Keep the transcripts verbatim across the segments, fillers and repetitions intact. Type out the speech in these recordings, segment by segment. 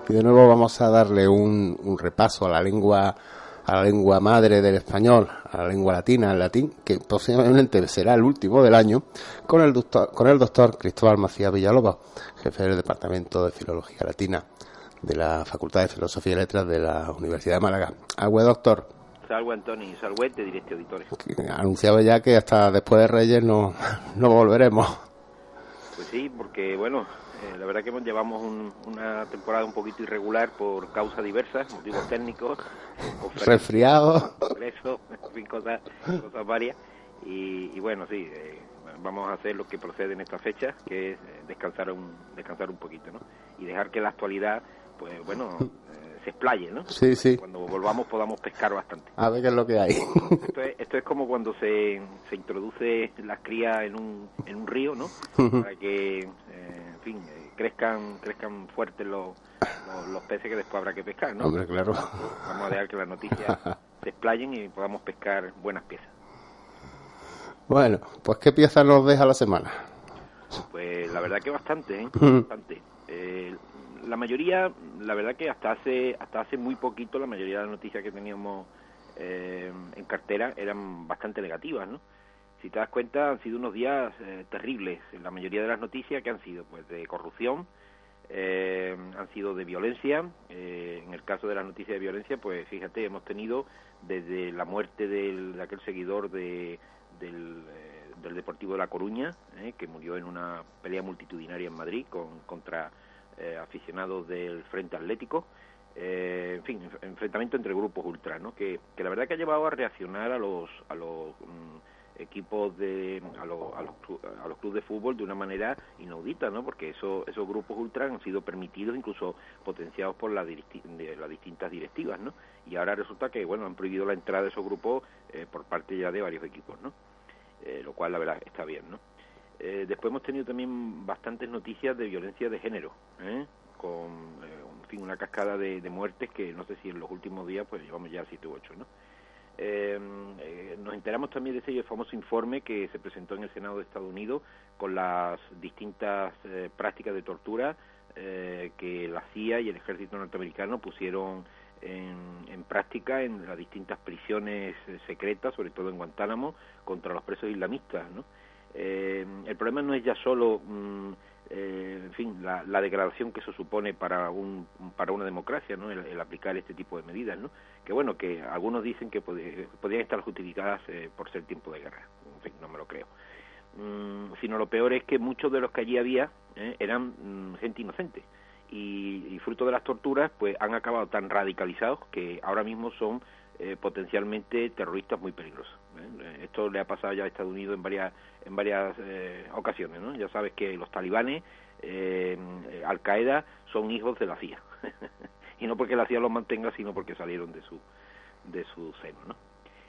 Y de nuevo vamos a darle un, un repaso a la lengua a la lengua madre del español, a la lengua latina, el latín, que posiblemente será el último del año, con el doctor, con el doctor Cristóbal Macías Villalobos, jefe del Departamento de Filología Latina de la Facultad de Filosofía y Letras de la Universidad de Málaga. Agüe, doctor. Salve, Antoni, salve, de Directo Editores. Anunciaba ya que hasta después de Reyes no, no volveremos. Pues sí, porque bueno, eh, la verdad que llevamos un, una temporada un poquito irregular por causas diversas, motivos técnicos, resfriado, congreso, en fin, cosas, cosas varias. Y, y bueno, sí, eh, vamos a hacer lo que procede en esta fecha, que es eh, descansar un descansar un poquito, ¿no? Y dejar que la actualidad, pues bueno, eh, se explaye, ¿no? Sí, sí. Cuando volvamos podamos pescar bastante. A ver qué es lo que hay. Esto es, esto es como cuando se, se introduce las crías en un, en un río, ¿no? Para que, eh, en fin, eh, crezcan crezcan fuertes los, los, los peces que después habrá que pescar, ¿no? Hombre, claro. Vamos a dejar que las noticias se explayen y podamos pescar buenas piezas. Bueno, pues ¿qué piezas nos deja la semana? Pues la verdad que bastante, ¿eh? Bastante. Eh, la mayoría, la verdad que hasta hace hasta hace muy poquito, la mayoría de las noticias que teníamos eh, en cartera eran bastante negativas, ¿no? Si te das cuenta, han sido unos días eh, terribles. La mayoría de las noticias que han sido, pues, de corrupción, eh, han sido de violencia. Eh, en el caso de las noticias de violencia, pues fíjate, hemos tenido desde la muerte del, de aquel seguidor de del, eh, del Deportivo de La Coruña, eh, que murió en una pelea multitudinaria en Madrid con, contra eh, aficionados del Frente Atlético, eh, en fin, enfrentamiento entre grupos ultras, ¿no? que, que la verdad que ha llevado a reaccionar a los a los mm, equipos de a los a los, a los clubes de fútbol de una manera inaudita, ¿no? Porque eso, esos grupos ultras han sido permitidos, incluso potenciados por la diresti- de las distintas directivas, ¿no? Y ahora resulta que, bueno, han prohibido la entrada de esos grupos eh, por parte ya de varios equipos, ¿no? Eh, lo cual la verdad está bien, ¿no? Eh, después hemos tenido también bastantes noticias de violencia de género, ¿eh? Con, eh, en fin, una cascada de, de muertes que no sé si en los últimos días pues llevamos ya siete u ocho, ¿no? Eh, eh, nos enteramos también de ese famoso informe que se presentó en el Senado de Estados Unidos con las distintas eh, prácticas de tortura eh, que la C I A y el ejército norteamericano pusieron en, en práctica en las distintas prisiones eh, secretas, sobre todo en Guantánamo, contra los presos islamistas, ¿no? Eh, el problema no es ya solo mmm, eh, en fin, la, la degradación que eso supone para un para una democracia, ¿no? El, el aplicar este tipo de medidas, ¿no? Que bueno, que algunos dicen que pod podrían estar justificadas eh, por ser tiempo de guerra. En fin, no me lo creo. Mm, sino lo peor es que muchos de los que allí había eh, eran mm, gente inocente y, y fruto de las torturas pues han acabado tan radicalizados que ahora mismo son eh, potencialmente terroristas muy peligrosos, ¿eh? Esto le ha pasado ya a Estados Unidos en varias en varias eh, ocasiones, ¿no? Ya sabes que los talibanes, eh, Al Qaeda son hijos de la C I A y no porque la C I A los mantenga, sino porque salieron de su de su seno, ¿no?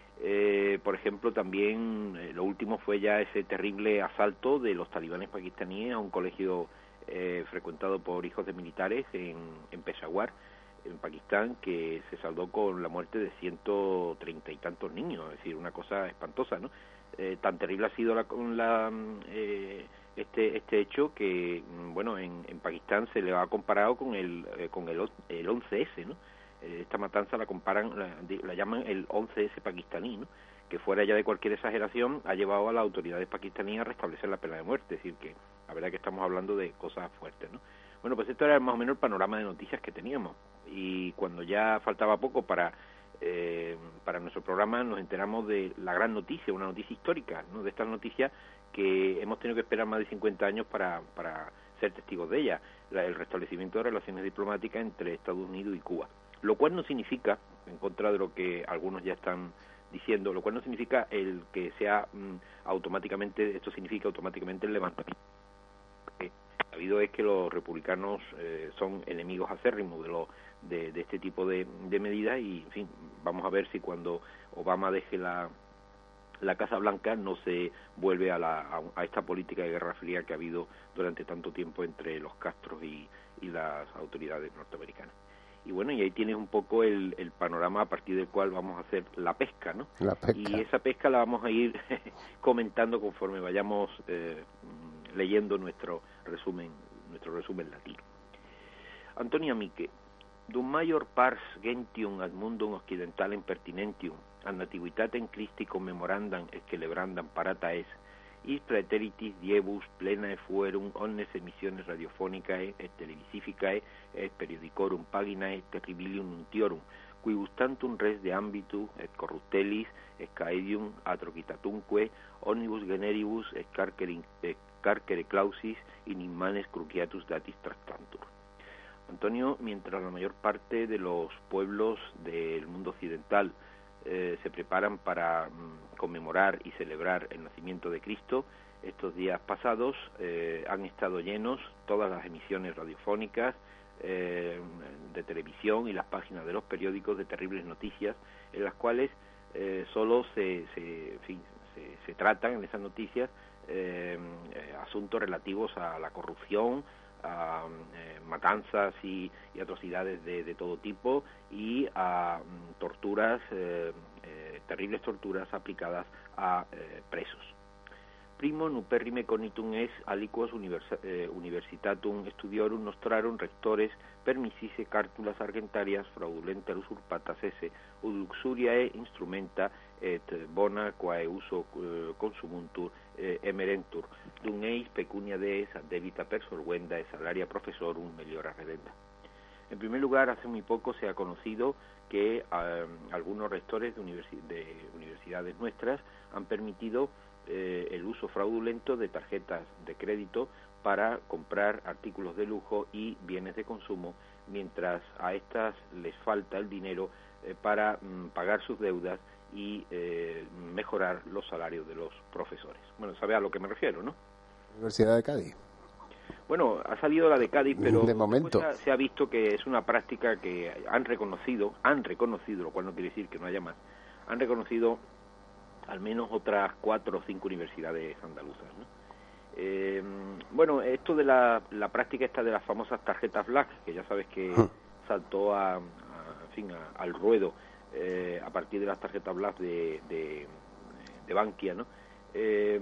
Eh, por ejemplo, también eh, lo último fue ya ese terrible asalto de los talibanes pakistaníes a un colegio eh, frecuentado por hijos de militares en, en Peshawar, en Pakistán, que se saldó con la muerte de ciento treinta y tantos niños, es decir, una cosa espantosa, ¿no? Eh, tan terrible ha sido la, la, eh, este este hecho que, bueno, en, en Pakistán se le ha comparado con el eh, con el, el once ese, ¿no? Eh, esta matanza la comparan, la, la llaman el once ese pakistaní, ¿no? Que fuera ya de cualquier exageración ha llevado a las autoridades pakistaníes a restablecer la pena de muerte, es decir, que la verdad que estamos hablando de cosas fuertes, ¿no? Bueno, pues esto era más o menos el panorama de noticias que teníamos, y cuando ya faltaba poco para eh, para nuestro programa nos enteramos de la gran noticia, una noticia histórica, ¿no? De estas noticias que hemos tenido que esperar más de cincuenta años para, para ser testigos de ella, la, el restablecimiento de relaciones diplomáticas entre Estados Unidos y Cuba, lo cual no significa, en contra de lo que algunos ya están diciendo, lo cual no significa el que sea mm, automáticamente, esto significa automáticamente el levantamiento. Sabido es que los republicanos eh, son enemigos acérrimos de, lo, de, de este tipo de, de medidas y, en fin, vamos a ver si cuando Obama deje la, la Casa Blanca no se vuelve a, la, a, a esta política de guerra fría que ha habido durante tanto tiempo entre los Castros y, y las autoridades norteamericanas. Y bueno, y ahí tienes un poco el, el panorama a partir del cual vamos a hacer la pesca, ¿no? La pesca. Y esa pesca la vamos a ir comentando conforme vayamos eh, leyendo nuestro resumen, nuestro resumen latino. Antonio Mique, dum major pars gentium ad mundum occidentalem pertinentium, ad nativitatem Christi commemorandam et celebrandam parata es, is praeteritis diebus plenae fuerum omnes emissiones radiofonicae et televisificae et periodicorum paginae terribilium nuntiorum, quibus tantum res de ambitu et corruptelis et caedium atrocitatumque omnibus generibus et carcere, et carcere clausis in immanes cruciatus datis tractantur. Antonio, mientras la mayor parte de los pueblos del mundo occidental eh, se preparan para mm, conmemorar y celebrar el nacimiento de Cristo, estos días pasados eh, han estado llenos todas las emisiones radiofónicas, eh, de televisión y las páginas de los periódicos de terribles noticias, en las cuales eh, solo se, se, en fin, se, se tratan en esas noticias eh, asuntos relativos a la corrupción, a eh, matanzas y, y atrocidades de, de todo tipo y a mm, torturas, eh, eh, terribles torturas aplicadas a eh, presos. Primo nuperrime cognitum es aliquos universi eh, universitatum studiorum nostrarum rectores permississe cartulas argentarias fraudulenta usurpatas esse ud luxuriae instrumenta et bona quae uso eh, consumuntur eh, emerentur dum eis pecunia dees ad debita persorvenda et salaria professorum meliora redenda. En primer lugar, hace muy poco se ha conocido que eh, algunos rectores de, universi de universidades nuestras han permitido eh, el uso fraudulento de tarjetas de crédito para comprar artículos de lujo y bienes de consumo, mientras a estas les falta el dinero eh, para mm, pagar sus deudas y eh, mejorar los salarios de los profesores. Bueno, sabe a lo que me refiero, ¿no? Universidad de Cádiz. Bueno, ha salido la de Cádiz, pero de momento se ha visto que es una práctica que han reconocido, han reconocido, lo cual no quiere decir que no haya más, han reconocido al menos otras cuatro o cinco universidades andaluzas, ¿no? Eh, bueno, esto de la, la práctica esta de las famosas tarjetas black, que ya sabes que saltó a, a, en fin, a, al ruedo eh, a partir de las tarjetas black de, de, de Bankia, ¿no? Eh,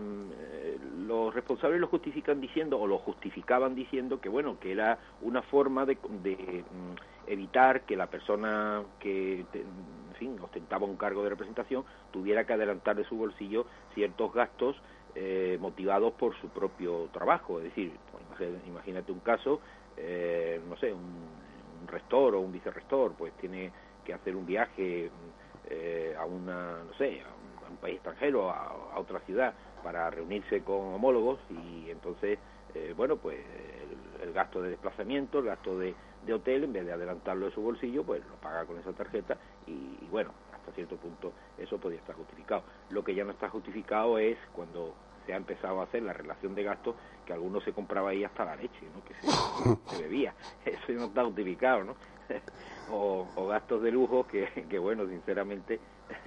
los responsables lo justifican diciendo, o lo justificaban diciendo que bueno, que era una forma de, de mm, evitar que la persona que te, en fin, ostentaba un cargo de representación tuviera que adelantar de su bolsillo ciertos gastos eh, motivados por su propio trabajo. Es decir, pues, imagínate un caso, eh, no sé, un, un rector o un vicerrector pues tiene que hacer un viaje eh, a una, no sé, a un a un país extranjero, a, a otra ciudad, para reunirse con homólogos, y entonces, eh, bueno, pues el, el gasto de desplazamiento, el gasto de, de hotel, en vez de adelantarlo de su bolsillo, pues lo paga con esa tarjeta, y, y bueno, hasta cierto punto eso podría estar justificado. Lo que ya no está justificado es cuando se ha empezado a hacer la relación de gastos, que algunos se compraba ahí hasta la leche, ¿no? Que se, se bebía, eso ya no está justificado, ¿no? o, o gastos de lujo que, que bueno, sinceramente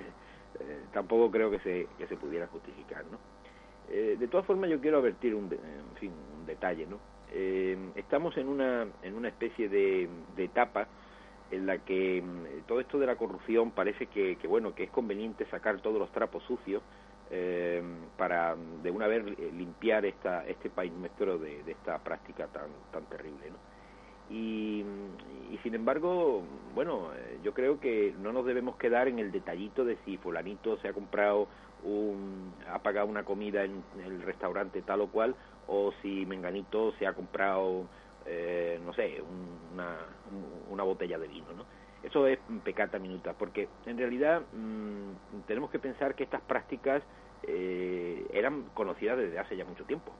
Eh, tampoco creo que se que se pudiera justificar, ¿no? Eh, de todas formas, yo quiero advertir un de, en fin un detalle, ¿no? Eh, estamos en una en una especie de, de etapa en la que mm, todo esto de la corrupción parece que, que bueno que es conveniente sacar todos los trapos sucios eh, para de una vez limpiar esta este país nuestro de, de esta práctica tan tan terrible, ¿no? Y, y sin embargo, bueno, yo creo que no nos debemos quedar en el detallito de si fulanito se ha comprado un, ha pagado una comida en el restaurante tal o cual, o si menganito se ha comprado, eh, no sé, un, una, una botella de vino, ¿no? Eso es peccata minuta, porque en realidad mmm, tenemos que pensar que estas prácticas eh, eran conocidas desde hace ya mucho tiempo.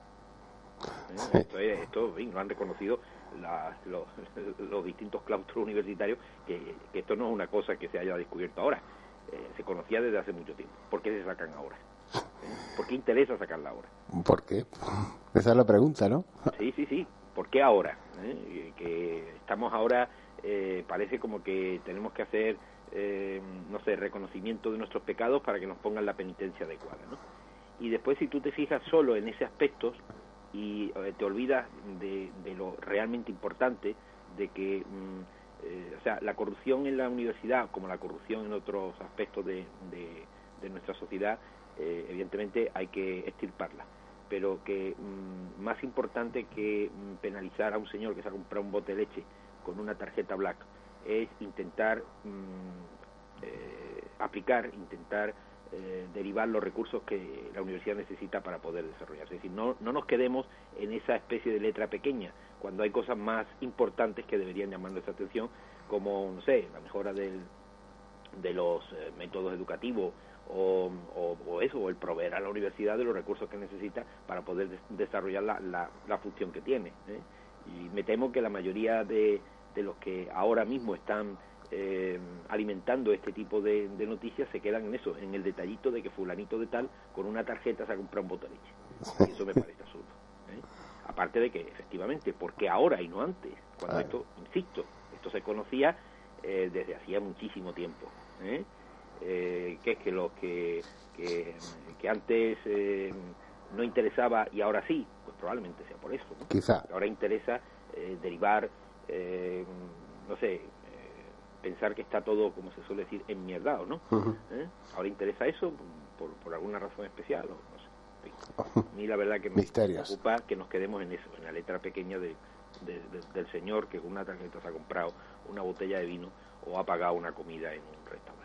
¿Eh? Esto, es, esto bien, lo han reconocido la, los, los distintos claustros universitarios, que, que esto no es una cosa que se haya descubierto ahora, eh, se conocía desde hace mucho tiempo. ¿Por qué se sacan ahora? ¿Eh? ¿Por qué interesa sacarla ahora? ¿Por qué? Esa es la pregunta, ¿no? Sí, sí, sí. ¿Por qué ahora? ¿Eh? Que estamos ahora, eh, parece como que tenemos que hacer, eh, no sé, reconocimiento de nuestros pecados para que nos pongan la penitencia adecuada, ¿no? Y después, si tú te fijas solo en ese aspecto y eh, te olvidas de, de lo realmente importante, de que, mm, eh, o sea, la corrupción en la universidad, como la corrupción en otros aspectos de, de, de nuestra sociedad, eh, evidentemente hay que extirparla, pero que mm, más importante que mm, penalizar a un señor que se ha comprado un bote de leche con una tarjeta black es intentar mmm, eh, aplicar, intentar eh, derivar los recursos que la universidad necesita para poder desarrollarse. Es decir, no, no nos quedemos en esa especie de letra pequeña, cuando hay cosas más importantes que deberían llamar nuestra atención, como, no sé, la mejora del, de los eh, métodos educativos, o, o, o eso, o el proveer a la universidad de los recursos que necesita para poder des desarrollar la, la, la función que tiene, ¿eh? Y me temo que la mayoría de, de los que ahora mismo están eh, alimentando este tipo de, de noticias se quedan en eso, en el detallito de que fulanito de tal con una tarjeta se ha comprado un bote de leche. Y eso me parece absurdo, ¿eh? Aparte de que, efectivamente, ¿por qué ahora y no antes? Cuando esto, insisto, esto se conocía eh, desde hacía muchísimo tiempo, ¿eh? Eh, que es que los que, que, que antes eh, no interesaba y ahora sí, pues probablemente sea por eso, ¿no? Quizá. Ahora interesa eh, derivar, eh, no sé, eh, pensar que está todo, como se suele decir, enmierdado, ¿no? Uh-huh. ¿Eh? Ahora interesa eso por, por alguna razón especial, o no sé. A mí la verdad que me Misterios. preocupa que nos quedemos en eso, en la letra pequeña de, de, de, del señor que con una tarjeta se ha comprado una botella de vino o ha pagado una comida en un restaurante.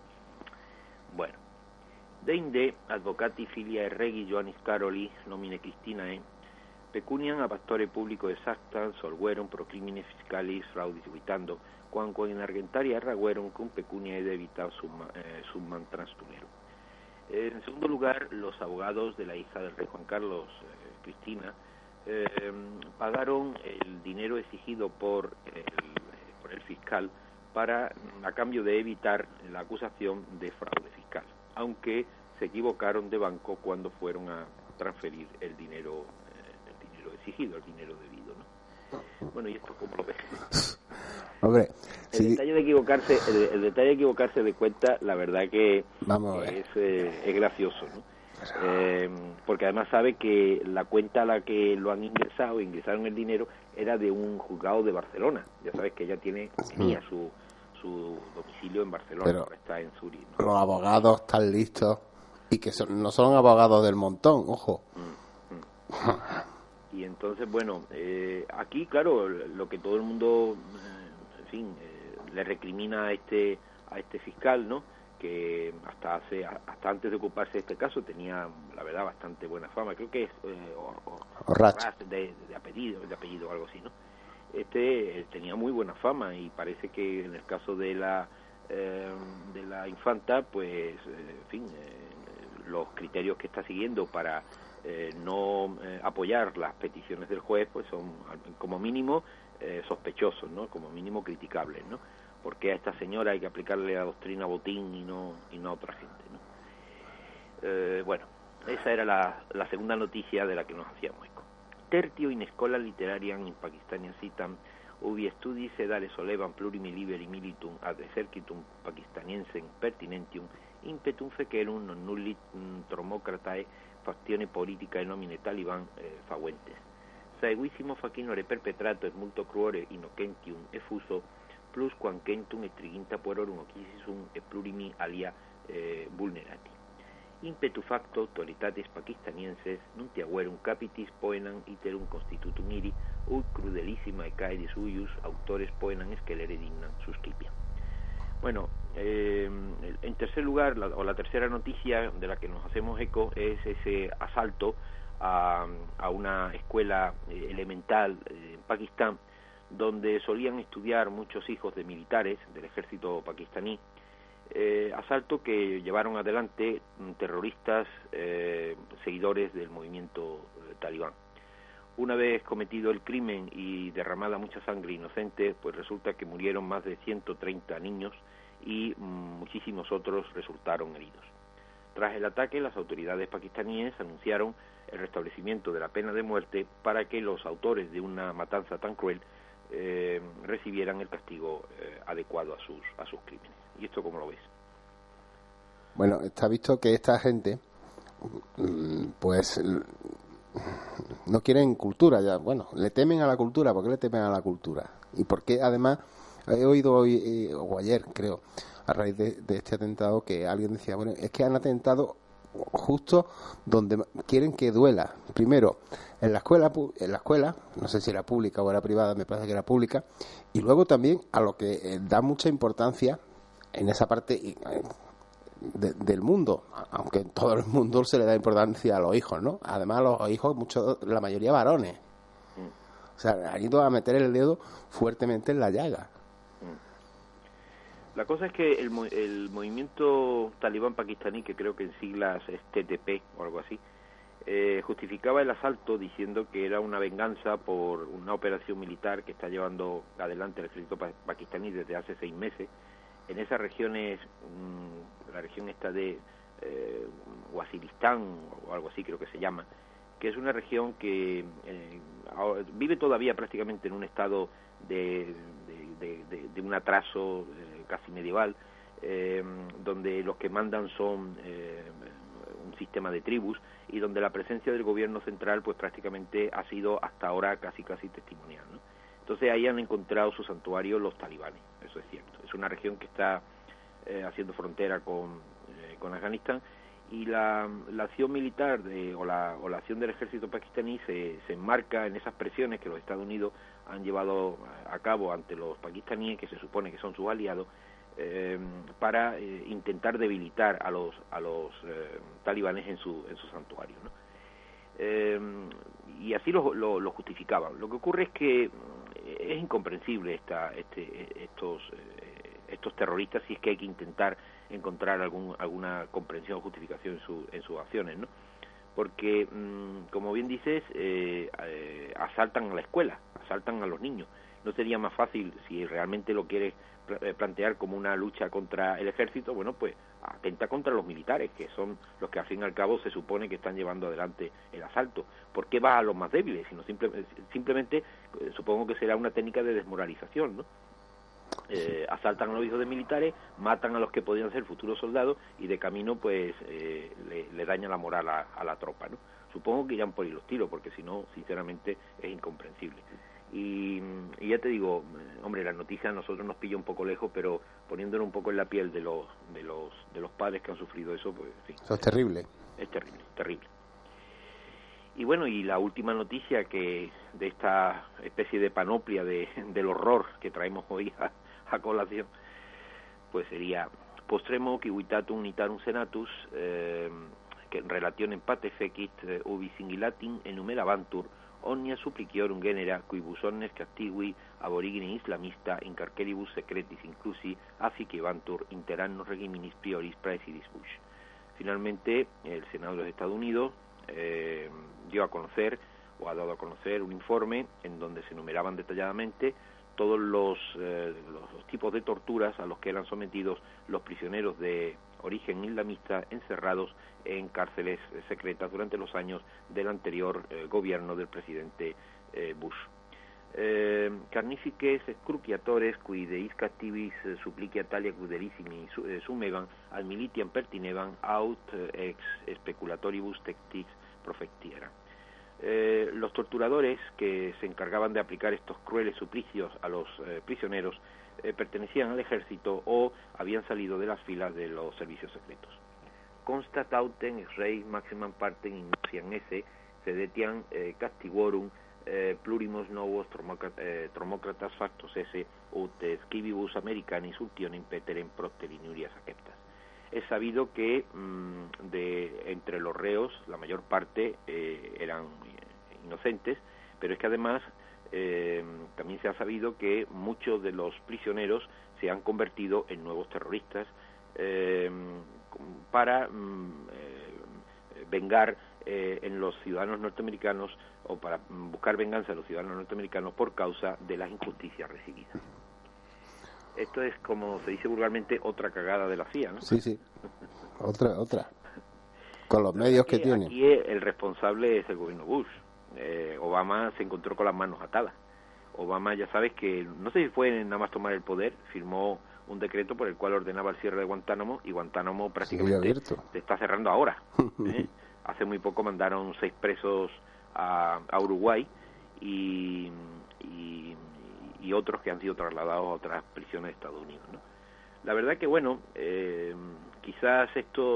Bueno, deinde advocati filia regi Joannis Caroli nomine Christinae pecuniam a pastore publico exactam solverum pro crimine fiscalis fraudis evitando quamquam in argentaria erraguerum cum pecunia debita summa, eh, summan transtulerum. Eh, en segundo lugar, los abogados de la hija del rey Juan Carlos, eh, Cristina, eh, pagaron el dinero exigido por el, por el fiscal para, a cambio de evitar la acusación de fraude fiscal, aunque se equivocaron de banco cuando fueron a transferir el dinero, eh, el dinero exigido, el dinero debido, ¿no? Bueno, ¿y esto cómo lo ves? Hombre, el sí. detalle de equivocarse, el, el detalle de equivocarse de cuenta, la verdad que Vamos a ver. es, eh, es gracioso, ¿no? Eh, porque además sabe que la cuenta a la que lo han ingresado, ingresaron el dinero, era de un juzgado de Barcelona. Ya sabes que ella tiene, tenía su su domicilio en Barcelona, pero ahora está en Zurich, ¿no? Los abogados están listos y que son, no son abogados del montón, ojo. Mm, mm. Y entonces, bueno, eh, aquí, claro, lo que todo el mundo, eh, en fin, eh, le recrimina a este a este fiscal, ¿no? Que hasta hace hasta antes de ocuparse de este caso tenía, la verdad, bastante buena fama. Creo que es eh, Orrach de, de apellido, de apellido o algo así, ¿no? Este eh, tenía muy buena fama y parece que en el caso de la eh, de la infanta, pues, eh, en fin, eh, los criterios que está siguiendo para eh, no eh, apoyar las peticiones del juez, pues son como mínimo eh, sospechosos, ¿no? Como mínimo criticables, ¿no? Porque a esta señora hay que aplicarle la doctrina Botín y no y no a otra gente, ¿no? Eh, bueno, esa era la, la segunda noticia de la que nos hacíamos eco. Tertio in schola literariam in Pakistania citam ubi studi sedale solevam plurimi liberi militum ad exercitum pakistaniensem pertinentium impetum fecerum non nullit tromocratae factione politicae nomine taliban eh, faguentes. Saeguissimo facinore perpetrato et multo cruore innocentium effuso plus quancentum et triginta puerorum occisum et plurimi alia eh, vulnerati. Impetu facto autoritates pakistanienses nunti aguerum capitis poenam iterum constitutum iri ut crudelissima e caedis huius autores poenam escelere dignam suscipiam. Bueno, eh, en tercer lugar, la, o la tercera noticia de la que nos hacemos eco es ese asalto a, a una escuela eh, elemental eh, en Pakistán, donde solían estudiar muchos hijos de militares del ejército pakistaní. Eh, asalto que llevaron adelante terroristas eh, seguidores del movimiento eh, talibán. Una vez cometido el crimen y derramada mucha sangre inocente, pues resulta que murieron más de ciento treinta niños y mm, muchísimos otros resultaron heridos. Tras el ataque, las autoridades pakistaníes anunciaron el restablecimiento de la pena de muerte para que los autores de una matanza tan cruel eh, recibieran el castigo eh, adecuado a sus a sus crímenes. ¿Y esto cómo lo ves? Bueno, está visto que esta gente, pues, no quieren cultura ya. Bueno, le temen a la cultura. ¿Por qué le temen a la cultura? Y por qué, además, he oído hoy, eh, o ayer, creo, a raíz de, de este atentado, que alguien decía, bueno, es que han atentado justo donde quieren que duela. Primero, en la escuela, en la escuela, no sé si era pública o era privada, me parece que era pública, y luego también a lo que eh, da mucha importancia en esa parte eh, de, del mundo, aunque en todo el mundo se le da importancia a los hijos, ¿no? Además, los hijos, muchos, la mayoría varones. O sea, han ido a meter el dedo fuertemente en la llaga. La cosa es que el, el movimiento talibán pakistaní, que creo que en siglas es T T P o algo así, eh, justificaba el asalto diciendo que era una venganza por una operación militar que está llevando adelante el ejército pa pakistaní desde hace seis meses en esas regiones, mmm, la región esta de eh, Waziristán o algo así creo que se llama, que es una región que eh, ahora, vive todavía prácticamente en un estado de, de, de, de, de un atraso eh, casi medieval, eh, donde los que mandan son eh, un sistema de tribus y donde la presencia del gobierno central pues prácticamente ha sido hasta ahora casi casi testimonial, ¿no? Entonces ahí han encontrado su santuario los talibanes, eso es cierto. Es una región que está eh, haciendo frontera con, eh, con Afganistán, y la, la acción militar de, o, la, o la acción del ejército pakistaní se, se enmarca en esas presiones que los Estados Unidos han llevado a cabo ante los pakistaníes, que se supone que son sus aliados, eh, para eh, intentar debilitar a los a los eh, talibanes en su en su santuario, ¿no? Eh, y así lo, lo, lo justificaban. Lo que ocurre es que es incomprensible esta, este, estos eh, estos terroristas, si es que hay que intentar encontrar algún, alguna comprensión o justificación en, su, en sus acciones, ¿no? Porque, mmm, como bien dices, eh, eh, asaltan a la escuela, asaltan a los niños. ¿No sería más fácil, si realmente lo quieres plantear como una lucha contra el ejército? Bueno, pues atenta contra los militares, que son los que al fin y al cabo se supone que están llevando adelante el asalto. ¿Por qué vas a los más débiles? Sino simple, simplemente, eh, supongo que será una técnica de desmoralización, ¿no? Eh, asaltan a los hijos de militares, matan a los que podían ser futuros soldados y de camino pues eh, le, le daña la moral a, a la tropa, ¿no? Supongo que irán por ahí los tiros, porque si no, sinceramente, es incomprensible. Y, y ya te digo, hombre, la noticia a nosotros nos pilla un poco lejos, pero poniéndonos un poco en la piel de los de los de los padres que han sufrido eso, pues sí. Eso es terrible. Es terrible, terrible. Y bueno, y la última noticia que de esta especie de panoplia de, del horror que traemos hoy a, a colación, pues sería postremo civitatum unitarum senatus, eh, que en relation empate fecit eh, ubi singilatin enumerabantur omnia suppliciorum genera quibus omnes castigui aborigine islamista in carceribus secretis inclusi afficebantur inter annos regiminis prioris praesidis Bush. Finalmente, el Senado de los Estados Unidos eh, dio a conocer, o ha dado a conocer, un informe en donde se enumeraban detalladamente todos los, eh, los tipos de torturas a los que eran sometidos los prisioneros de origen islamista encerrados en cárceles secretas durante los años del anterior eh, gobierno del presidente eh, Bush. Eh, carnifiques excruciatores qui deis captivis eh, supplicia talia crudelissimi su, eh, sumeban al militiam pertineban aut eh, ex speculatoribus textis profectieran. Eh, los torturadores que se encargaban de aplicar estos crueles suplicios a los eh, prisioneros eh, pertenecían al ejército o habían salido de las filas de los servicios secretos. Constatauten ex rei maximam partem innociam esse sedetiam eh, castigorum eh, plurimos novos tromocratas factos esse ut scivibus americanis ultionem peterem protelinurias aceptas. Es sabido que mmm, de entre los reos la mayor parte eh, eran inocentes, pero es que además eh, también se ha sabido que muchos de los prisioneros se han convertido en nuevos terroristas eh, para mmm, eh, vengar eh, en los ciudadanos norteamericanos o para buscar venganza de los ciudadanos norteamericanos por causa de las injusticias recibidas. Esto es, como se dice vulgarmente, otra cagada de la C I A, ¿no? Sí, sí. Otra, otra. Con los medios aquí, que tiene. Aquí el responsable es el gobierno Bush. Eh, Obama se encontró con las manos atadas. Obama, ya sabes que, no sé si fue nada más tomar el poder, firmó un decreto por el cual ordenaba el cierre de Guantánamo, y Guantánamo prácticamente se está cerrando ahora. ¿eh? Hace muy poco mandaron seis presos a, a Uruguay y... y y otros que han sido trasladados a otras prisiones de Estados Unidos, ¿no? La verdad que, bueno, eh, quizás esto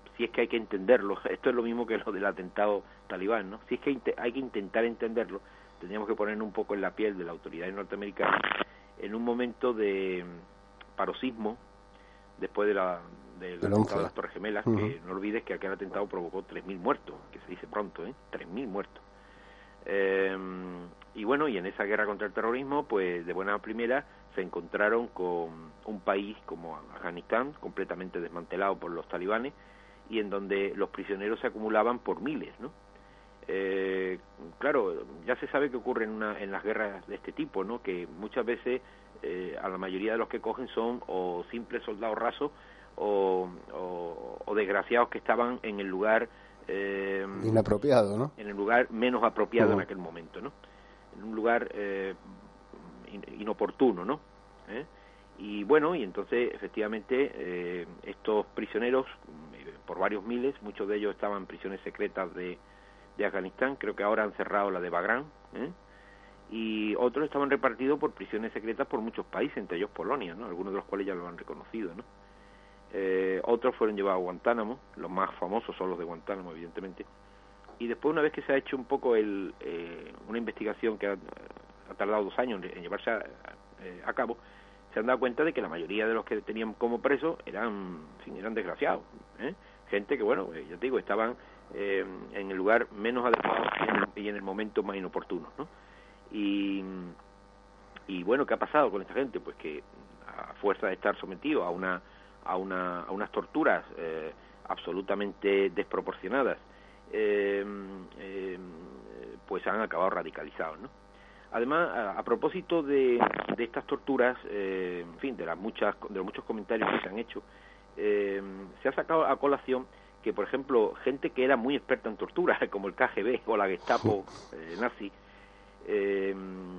si es que hay que entenderlo, esto es lo mismo que lo del atentado talibán, ¿no? Si es que hay que intentar entenderlo, tendríamos que ponernos un poco en la piel de la autoridad norteamericana en un momento de paroxismo después de la, del atentado de las Torres Gemelas, uh-huh. que no olvides que aquel atentado provocó tres mil muertos, que se dice pronto, ¿eh? tres mil muertos. Eh, y bueno, y en esa guerra contra el terrorismo, pues de buena primera se encontraron con un país como Afganistán, completamente desmantelado por los talibanes, y en donde los prisioneros se acumulaban por miles, ¿no? Eh, claro, ya se sabe que ocurre en, una, en las guerras de este tipo, ¿no? Que muchas veces eh, a la mayoría de los que cogen son o simples soldados rasos o, o, o desgraciados que estaban en el lugar eh, inapropiado, ¿no? En el lugar menos apropiado uh-huh. en aquel momento, ¿no? En un lugar eh, in, inoportuno, ¿no? ¿Eh? Y bueno, y entonces efectivamente eh, estos prisioneros, eh, por varios miles, muchos de ellos estaban en prisiones secretas de, de Afganistán, creo que ahora han cerrado la de Bagrán, ¿eh? Y otros estaban repartidos por prisiones secretas por muchos países, entre ellos Polonia, ¿no? Algunos de los cuales ya lo han reconocido, ¿no? Eh, otros fueron llevados a Guantánamo, los más famosos son los de Guantánamo, evidentemente. Y después, una vez que se ha hecho un poco el, eh, una investigación que ha, ha tardado dos años en llevarse a, eh, a cabo, se han dado cuenta de que la mayoría de los que tenían como presos eran, en fin, eran desgraciados, ¿eh? Gente que, bueno, eh, ya te digo, estaban eh, en el lugar menos adecuado y en, el, y en el momento más inoportuno, ¿no? Y, y bueno, ¿qué ha pasado con esta gente? Pues que a fuerza de estar sometido a una a una a unas torturas eh, absolutamente desproporcionadas, eh, eh, pues han acabado radicalizados, ¿no? Además, a, a propósito de, de estas torturas, eh, en fin, de las muchas de los muchos comentarios que se han hecho, eh, se ha sacado a colación que, por ejemplo, gente que era muy experta en tortura, como el K G B o la Gestapo eh, nazi, eh,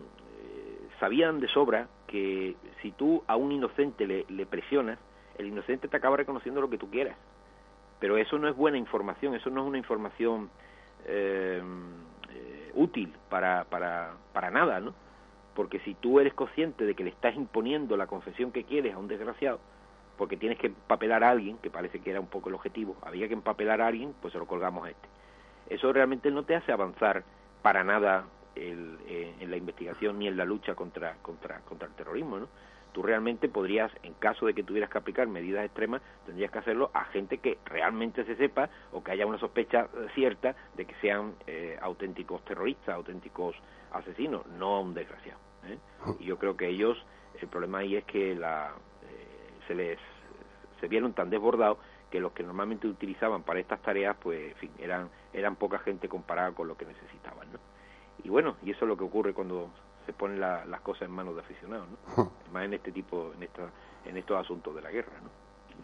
sabían de sobra que si tú a un inocente le, le presionas, el inocente te acaba reconociendo lo que tú quieras. Pero eso no es buena información, eso no es una información eh, eh, útil para, para, para nada, ¿no? Porque si tú eres consciente de que le estás imponiendo la confesión que quieres a un desgraciado, porque tienes que empapelar a alguien, que parece que era un poco el objetivo, había que empapelar a alguien, pues se lo colgamos a este. Eso realmente no te hace avanzar para nada el, eh, en la investigación ni en la lucha contra, contra, contra el terrorismo, ¿no? Tú realmente podrías, en caso de que tuvieras que aplicar medidas extremas, tendrías que hacerlo a gente que realmente se sepa o que haya una sospecha cierta de que sean eh, auténticos terroristas, auténticos asesinos, no a un desgraciado, ¿eh? Y yo creo que ellos, el problema ahí es que la, eh, se les se vieron tan desbordados que los que normalmente utilizaban para estas tareas, pues, en fin, eran eran poca gente comparada con lo que necesitaban, ¿no? Y bueno, y eso es lo que ocurre cuando se ponen la, las cosas en manos de aficionados, ¿no? Más en este tipo, en esta, en estos asuntos de la guerra, ¿no?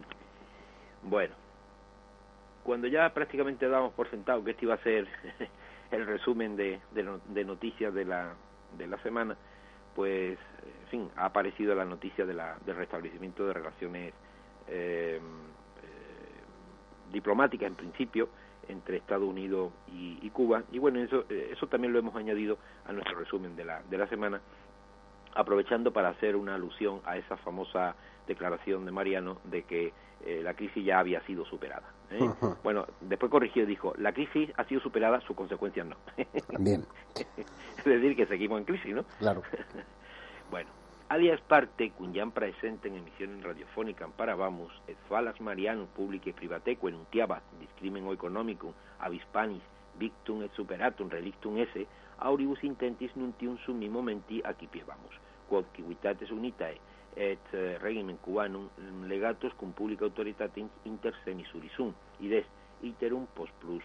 Bueno, cuando ya prácticamente damos por sentado que este iba a ser el resumen de, de, de noticias de la, de la semana, pues, en fin, ha aparecido la noticia de la, del restablecimiento de relaciones eh, eh, diplomáticas, en principio, entre Estados Unidos y, y Cuba, y bueno, eso eso también lo hemos añadido a nuestro resumen de la de la semana, aprovechando para hacer una alusión a esa famosa declaración de Mariano de que eh, la crisis ya había sido superada, ¿eh? Uh-huh. Bueno, después corrigió y dijo, la crisis ha sido superada, sus consecuencias no. Bien. Es decir, que seguimos en crisis, ¿no? Claro. Bueno, alias parte, cunyan presente en emisiones radiofónicas para vamos, et falas Mariano, publique private, quenuntiabat, discrimen economicum, avispanis, victum et superatum, relictum esse, auribus intentis nuntium summi momenti accipievamos, quod civitates unitae, et uh, regimen cubanum legatus cum publica autoritatem inter semisurisum, ides iterum post plus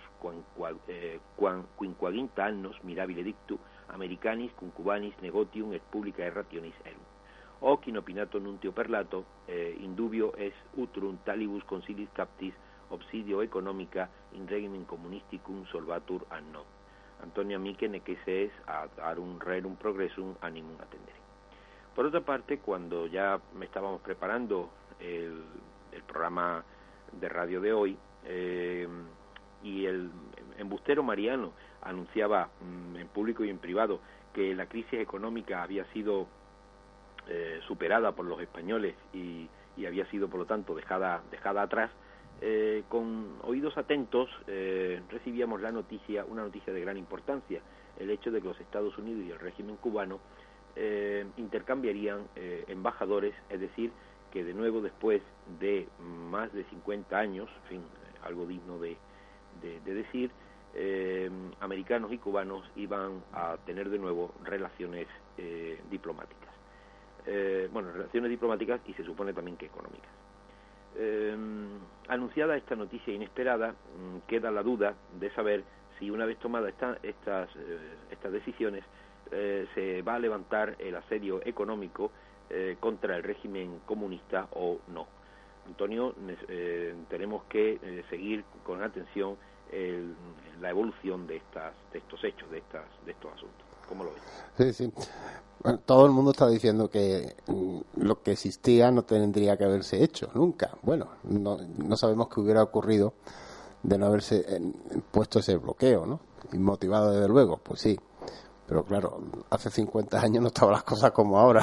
quinquaginta annos mirabile dictu, americanis cum cubanis negotium et publica errationis erum. Hoc in opinato nuntio perlato, eh, indubio es utrum talibus consilis captis obsidio economica in regimen communisticum solvatur anno. Antonio Amique neque es ad arum rerum progressum animum attendere. Por otra parte, cuando ya me estábamos preparando el, el programa de radio de hoy, eh, y el embustero Mariano anunciaba mm, en público y en privado que la crisis económica había sido Eh, superada por los españoles y, y había sido por lo tanto dejada dejada atrás, eh, con oídos atentos eh, recibíamos la noticia, una noticia de gran importancia, el hecho de que los Estados Unidos y el régimen cubano eh, intercambiarían eh, embajadores, es decir, que de nuevo después de más de cincuenta años, en fin, algo digno de, de, de decir, eh, americanos y cubanos iban a tener de nuevo relaciones eh, diplomáticas. Eh, bueno, relaciones diplomáticas y se supone también que económicas. Eh, anunciada esta noticia inesperada, queda la duda de saber si una vez tomadas esta, estas, eh, estas decisiones eh, se va a levantar el asedio económico eh, contra el régimen comunista o no. Antonio, eh, tenemos que eh, seguir con atención el, la evolución de estas de estos hechos, de estas de estos asuntos. ¿Cómo lo ves? Sí, sí. Bueno, todo el mundo está diciendo que mm, lo que existía no tendría que haberse hecho nunca. Bueno, no, no sabemos qué hubiera ocurrido de no haberse eh, puesto ese bloqueo, ¿no? Inmotivado desde luego, pues sí. Pero claro, hace cincuenta años no estaban las cosas como ahora.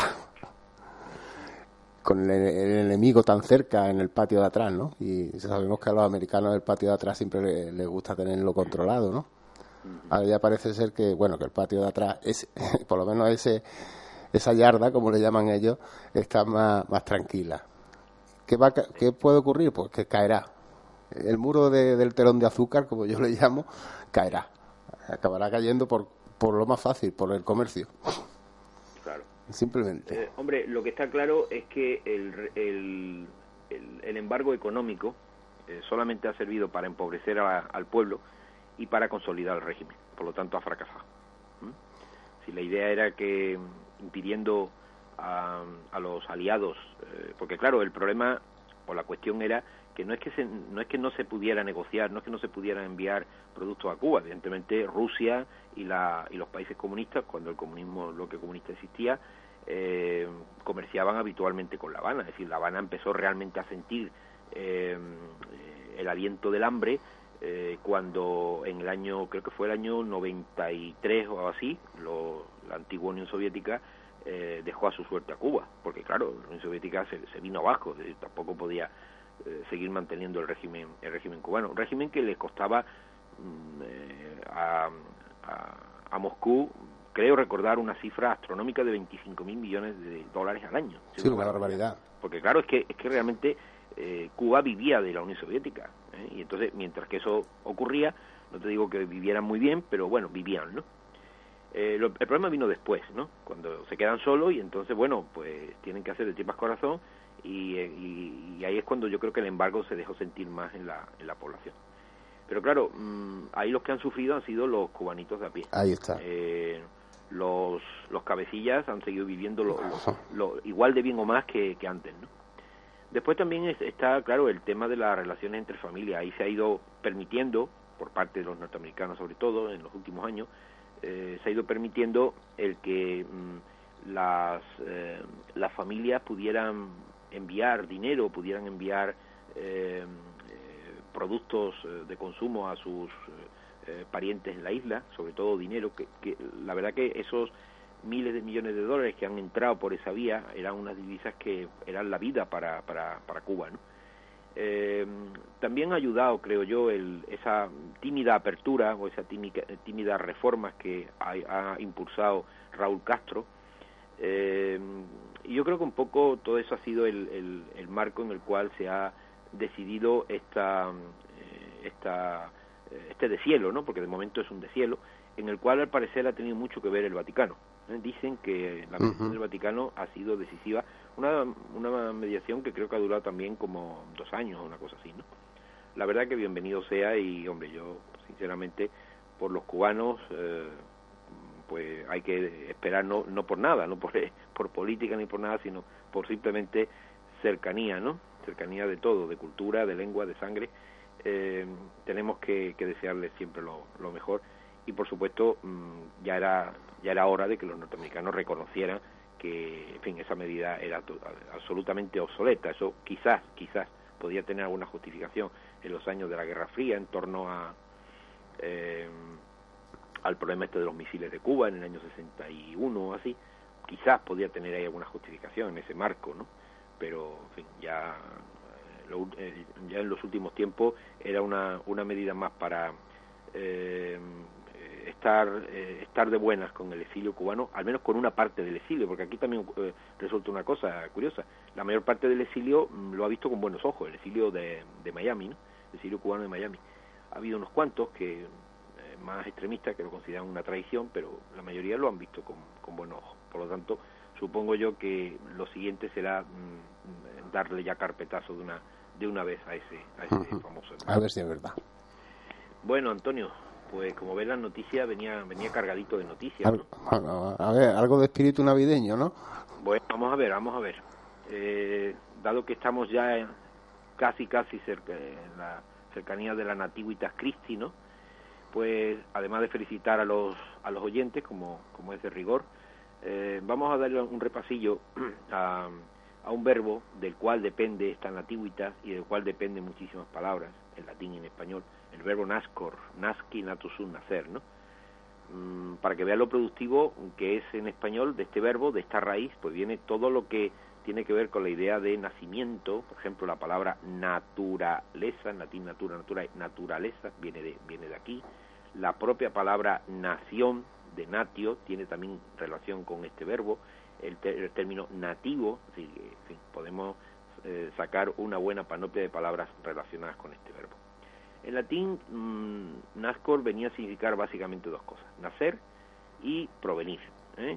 Con el, el enemigo tan cerca en el patio de atrás, ¿no? Y sabemos que a los americanos el patio de atrás siempre les, les gusta tenerlo controlado, ¿no? Ahora ya parece ser que, bueno, que el patio de atrás, es, por lo menos ese esa yarda, como le llaman ellos, está más, más tranquila. ¿Qué, va, ¿Qué puede ocurrir? Pues que caerá. El muro de, del telón de azúcar, como yo le llamo, caerá. Acabará cayendo por, por lo más fácil, por el comercio. Claro. Simplemente. Eh, hombre, lo que está claro es que el, el, el, el embargo económico eh, solamente ha servido para empobrecer a, al pueblo y para consolidar el régimen. Por lo tanto, ha fracasado. ¿Mm? Si la idea era que, impidiendo a, a los aliados, eh, porque claro, el problema o la cuestión era que no es que se, no es que no se pudiera negociar, no es que no se pudieran enviar productos a Cuba. Evidentemente Rusia y la y los países comunistas, cuando el comunismo, el bloque comunista existía, eh, comerciaban habitualmente con La Habana. Es decir, La Habana empezó realmente a sentir eh, el aliento del hambre eh, cuando en el año, creo que fue el año noventa y tres o así, lo, la antigua Unión Soviética eh, dejó a su suerte a Cuba, porque claro, la Unión Soviética se, se vino abajo, es decir, tampoco podía eh, seguir manteniendo el régimen el régimen cubano, un régimen que le costaba mm, eh, a, a, a Moscú, creo recordar una cifra astronómica de veinticinco mil millones de dólares al año. Sí, una barbaridad. Porque claro, es que es que realmente eh, Cuba vivía de la Unión Soviética, ¿eh? Y entonces, mientras que eso ocurría, no te digo que vivieran muy bien, pero bueno, vivían, ¿no? Eh, lo, el problema vino después, ¿no? Cuando se quedan solos y entonces, bueno, pues tienen que hacer de tripas corazón y, y, y ahí es cuando yo creo que el embargo se dejó sentir más en la, en la población. Pero claro, mmm, ahí los que han sufrido han sido los cubanitos de a pie. Ahí está. Eh, los los cabecillas han seguido viviendo lo, lo, lo, igual de bien o más que, que antes, ¿no? Después también es, está, claro, el tema de las relaciones entre familias. Ahí se ha ido permitiendo, por parte de los norteamericanos sobre todo, en los últimos años, eh, se ha ido permitiendo el que mmm, las, eh, las familias pudieran enviar dinero, pudieran enviar eh, eh, productos de consumo a sus eh, parientes en la isla, sobre todo dinero, que, que la verdad que esos miles de millones de dólares que han entrado por esa vía eran unas divisas que eran la vida para, para, para Cuba, ¿no? Eh, también ha ayudado, creo yo, el, esa tímida apertura o esa tímida, tímida reformas que ha, ha impulsado Raúl Castro, eh, y yo creo que un poco todo eso ha sido el, el, el marco en el cual se ha decidido esta, eh, esta, este deshielo, ¿no? Porque de momento es un deshielo, en el cual al parecer ha tenido mucho que ver el Vaticano. Dicen que la mediación uh-huh. del Vaticano ha sido decisiva, una, una mediación que creo que ha durado también como dos años o una cosa así, ¿no? La verdad que bienvenido sea y, hombre, yo sinceramente por los cubanos eh, pues hay que esperar no, no por nada, no por, por política ni por nada, sino por simplemente cercanía, ¿no? Cercanía de todo, de cultura, de lengua, de sangre. Eh, tenemos que, que desearles siempre lo, lo mejor. Y por supuesto mmm, ya era ya era hora de que los norteamericanos reconocieran que, en fin, esa medida era to- absolutamente obsoleta. Eso quizás quizás podía tener alguna justificación en los años de la Guerra Fría en torno a eh, al problema este de los misiles de Cuba en el año sesenta y uno o así. Quizás podía tener ahí alguna justificación en ese marco, ¿no? Pero, en fin, ya lo, eh, ya en los últimos tiempos era una, una medida más para eh, estar eh, estar de buenas con el exilio cubano, al menos con una parte del exilio, porque aquí también eh, resulta una cosa curiosa. La mayor parte del exilio mm, lo ha visto con buenos ojos, el exilio de, de Miami, ¿no? El exilio cubano de Miami. Ha habido unos cuantos que eh, más extremistas que lo consideran una traición, pero la mayoría lo han visto con, con buenos ojos. Por lo tanto, supongo yo que lo siguiente será mm, darle ya carpetazo de una de una vez a ese a ese uh-huh. famoso. A ver si es verdad. Bueno, Antonio, pues como ves, las noticias venía venía cargadito de noticias, ¿no? A, a ver, algo de espíritu navideño, ¿no? Bueno, vamos a ver, vamos a ver. Eh, dado que estamos ya en, casi casi cerca en la cercanía de la Nativitas Christi, ¿no? Pues además de felicitar a los a los oyentes, como como es de rigor, eh, vamos a darle un repasillo a, a un verbo del cual depende esta Nativitas y del cual dependen muchísimas palabras en latín y en español. El verbo nascor, nasci, natus sum, nacer, ¿no? Mm, para que vea lo productivo que es en español de este verbo, de esta raíz, pues viene todo lo que tiene que ver con la idea de nacimiento. Por ejemplo, la palabra naturaleza, en latín natura, natura, naturaleza, viene de, viene de aquí. La propia palabra nación, de natio, tiene también relación con este verbo. El, ter, el término nativo, así que, en fin, podemos eh, sacar una buena panoplia de palabras relacionadas con este verbo. En latín, mmm, nascor venía a significar básicamente dos cosas: nacer y provenir, ¿eh?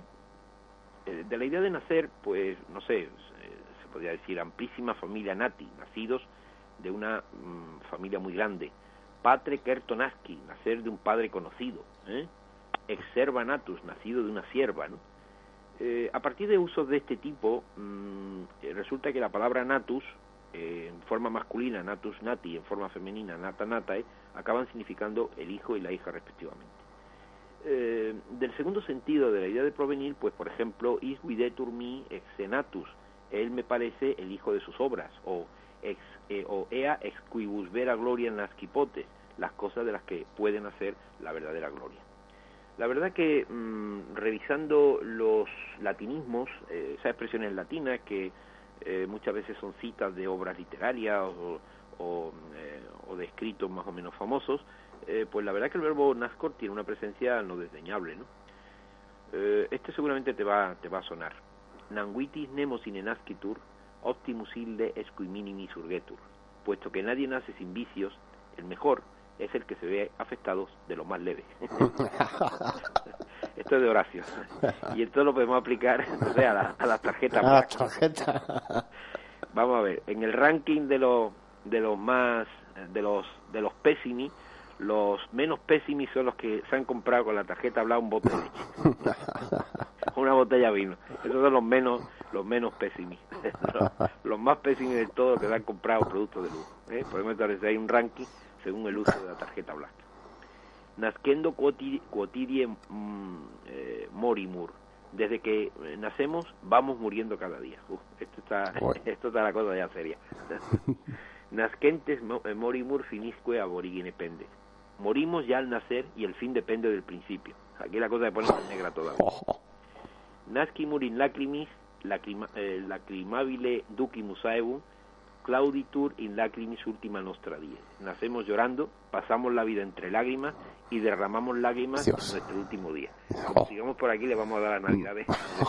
De la idea de nacer, pues, no sé, se podría decir amplísima familia nati, nacidos de una mmm, familia muy grande. Patre certo nasci, nacer de un padre conocido, ¿eh? Ex serva natus, nacido de una sierva, ¿no? Eh, a partir de usos de este tipo, mmm, resulta que la palabra natus, eh, en forma masculina, natus nati, en forma femenina, nata natae, acaban significando el hijo y la hija respectivamente. Eh, del segundo sentido de la idea de provenir, pues por ejemplo, is videtur mi ex senatus, él me parece el hijo de sus obras, o ex eh, o ea ex quibus vera gloria nascipotes, las cosas de las que pueden hacer la verdadera gloria. La verdad que mmm, revisando los latinismos, eh, esas expresiones latinas que eh, muchas veces son citas de obras literarias o, o, eh, o de escritos más o menos famosos, eh, pues la verdad que el verbo nascor tiene una presencia no desdeñable, ¿no? Eh, este seguramente te va te va a sonar. Nanguitis nemo sine nascitur, optimus ilde escui minimi surgetur. Puesto que nadie nace sin vicios, el mejor es el que se ve afectado de lo más leve. Esto es de Horacio. Y esto lo podemos aplicar, no sé, a, la, a las tarjetas. A las tarjetas. Vamos a ver, en el ranking de los de los más de los de los pésimos, los menos pésimos son los que se han comprado con la tarjeta hablada un bote de leche. Una botella de vino. Esos son los menos los menos pésimos. Los, los más pésimos de todos que se han comprado productos de lujo. ¿eh? Podemos establecer ahí un ranking según el uso de la tarjeta blanca. Nascendo quotidie mm, eh, morimur. Desde que nacemos vamos muriendo cada día. Uf, esto está bueno. Esto está la cosa ya seria. Nascentes morimur finisque aborigine pende. Morimos ya al nacer y el fin depende del principio. Aquí la cosa se pone más negra todavía. Nascimur in lacrimis lacrima, eh, lacrimabile ducimus aevum clauditur in lacrimis ultima nostra die. Nacemos llorando, pasamos la vida entre lágrimas y derramamos lágrimas en nuestro último día. Como sigamos por aquí, le vamos a dar a Navidades.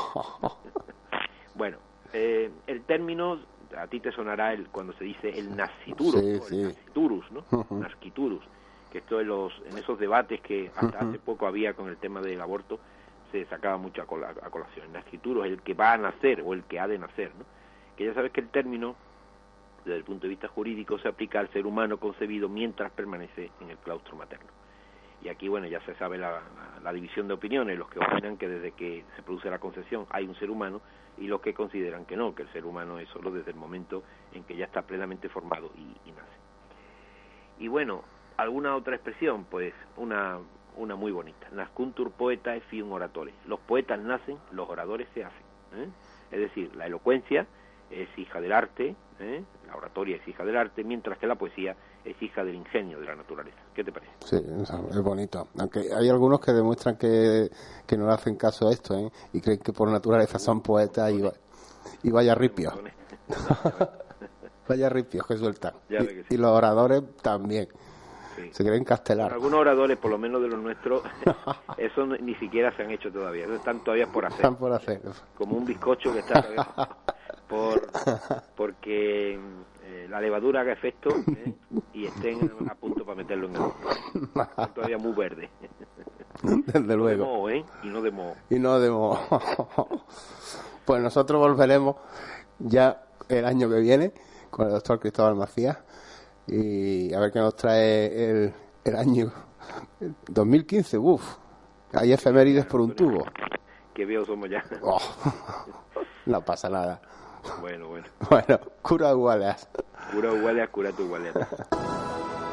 Bueno, eh, el término, a ti te sonará el cuando se dice el nasciturus, sí, ¿no? Sí. El nasciturus, ¿no? Uh-huh. Nasciturus, que esto en, los, en esos debates que hasta uh-huh. hace poco había con el tema del aborto, se sacaba mucho a, col- a colación. El nasciturus, el que va a nacer o el que ha de nacer, ¿no? Que ya sabes que el término, desde el punto de vista jurídico, se aplica al ser humano concebido mientras permanece en el claustro materno. Y aquí, bueno, ya se sabe la, la división de opiniones, los que opinan que desde que se produce la concepción hay un ser humano, y los que consideran que no, que el ser humano es solo desde el momento en que ya está plenamente formado y, y nace. Y bueno, ¿alguna otra expresión? Pues una, una muy bonita. Nascuntur poeta et fium oratore. Los poetas nacen, los oradores se hacen, ¿eh? Es decir, la elocuencia es hija del arte, ¿eh? La oratoria es hija del arte, mientras que la poesía es hija del ingenio de la naturaleza. ¿Qué te parece? Sí, es bonito. Aunque hay algunos que demuestran que, que no le hacen caso a esto, ¿eh? Y creen que por naturaleza son poetas y, y vaya ripio. Vaya ripios que sueltan. Ya ve que sí. Y, y los oradores también. Sí. Se creen castelar. Algunos oradores, por lo menos de los nuestros, eso ni siquiera se han hecho todavía. Eso están todavía por hacer. Están por hacer. Como un bizcocho que está todavía por porque eh, la levadura haga efecto, ¿eh? Y estén a punto para meterlo en el horno. Están todavía muy verde. Desde luego. De moho, ¿eh? Y no de moho. Y no de moho. Pues nosotros volveremos ya el año que viene con el doctor Cristóbal Macías y a ver qué nos trae el, el año dos mil quince. Uff, hay efemérides por un tubo. Qué viejos somos ya. Oh, no pasa nada. Bueno, bueno. Bueno, cura iguales. Cura iguales, cura tu iguales.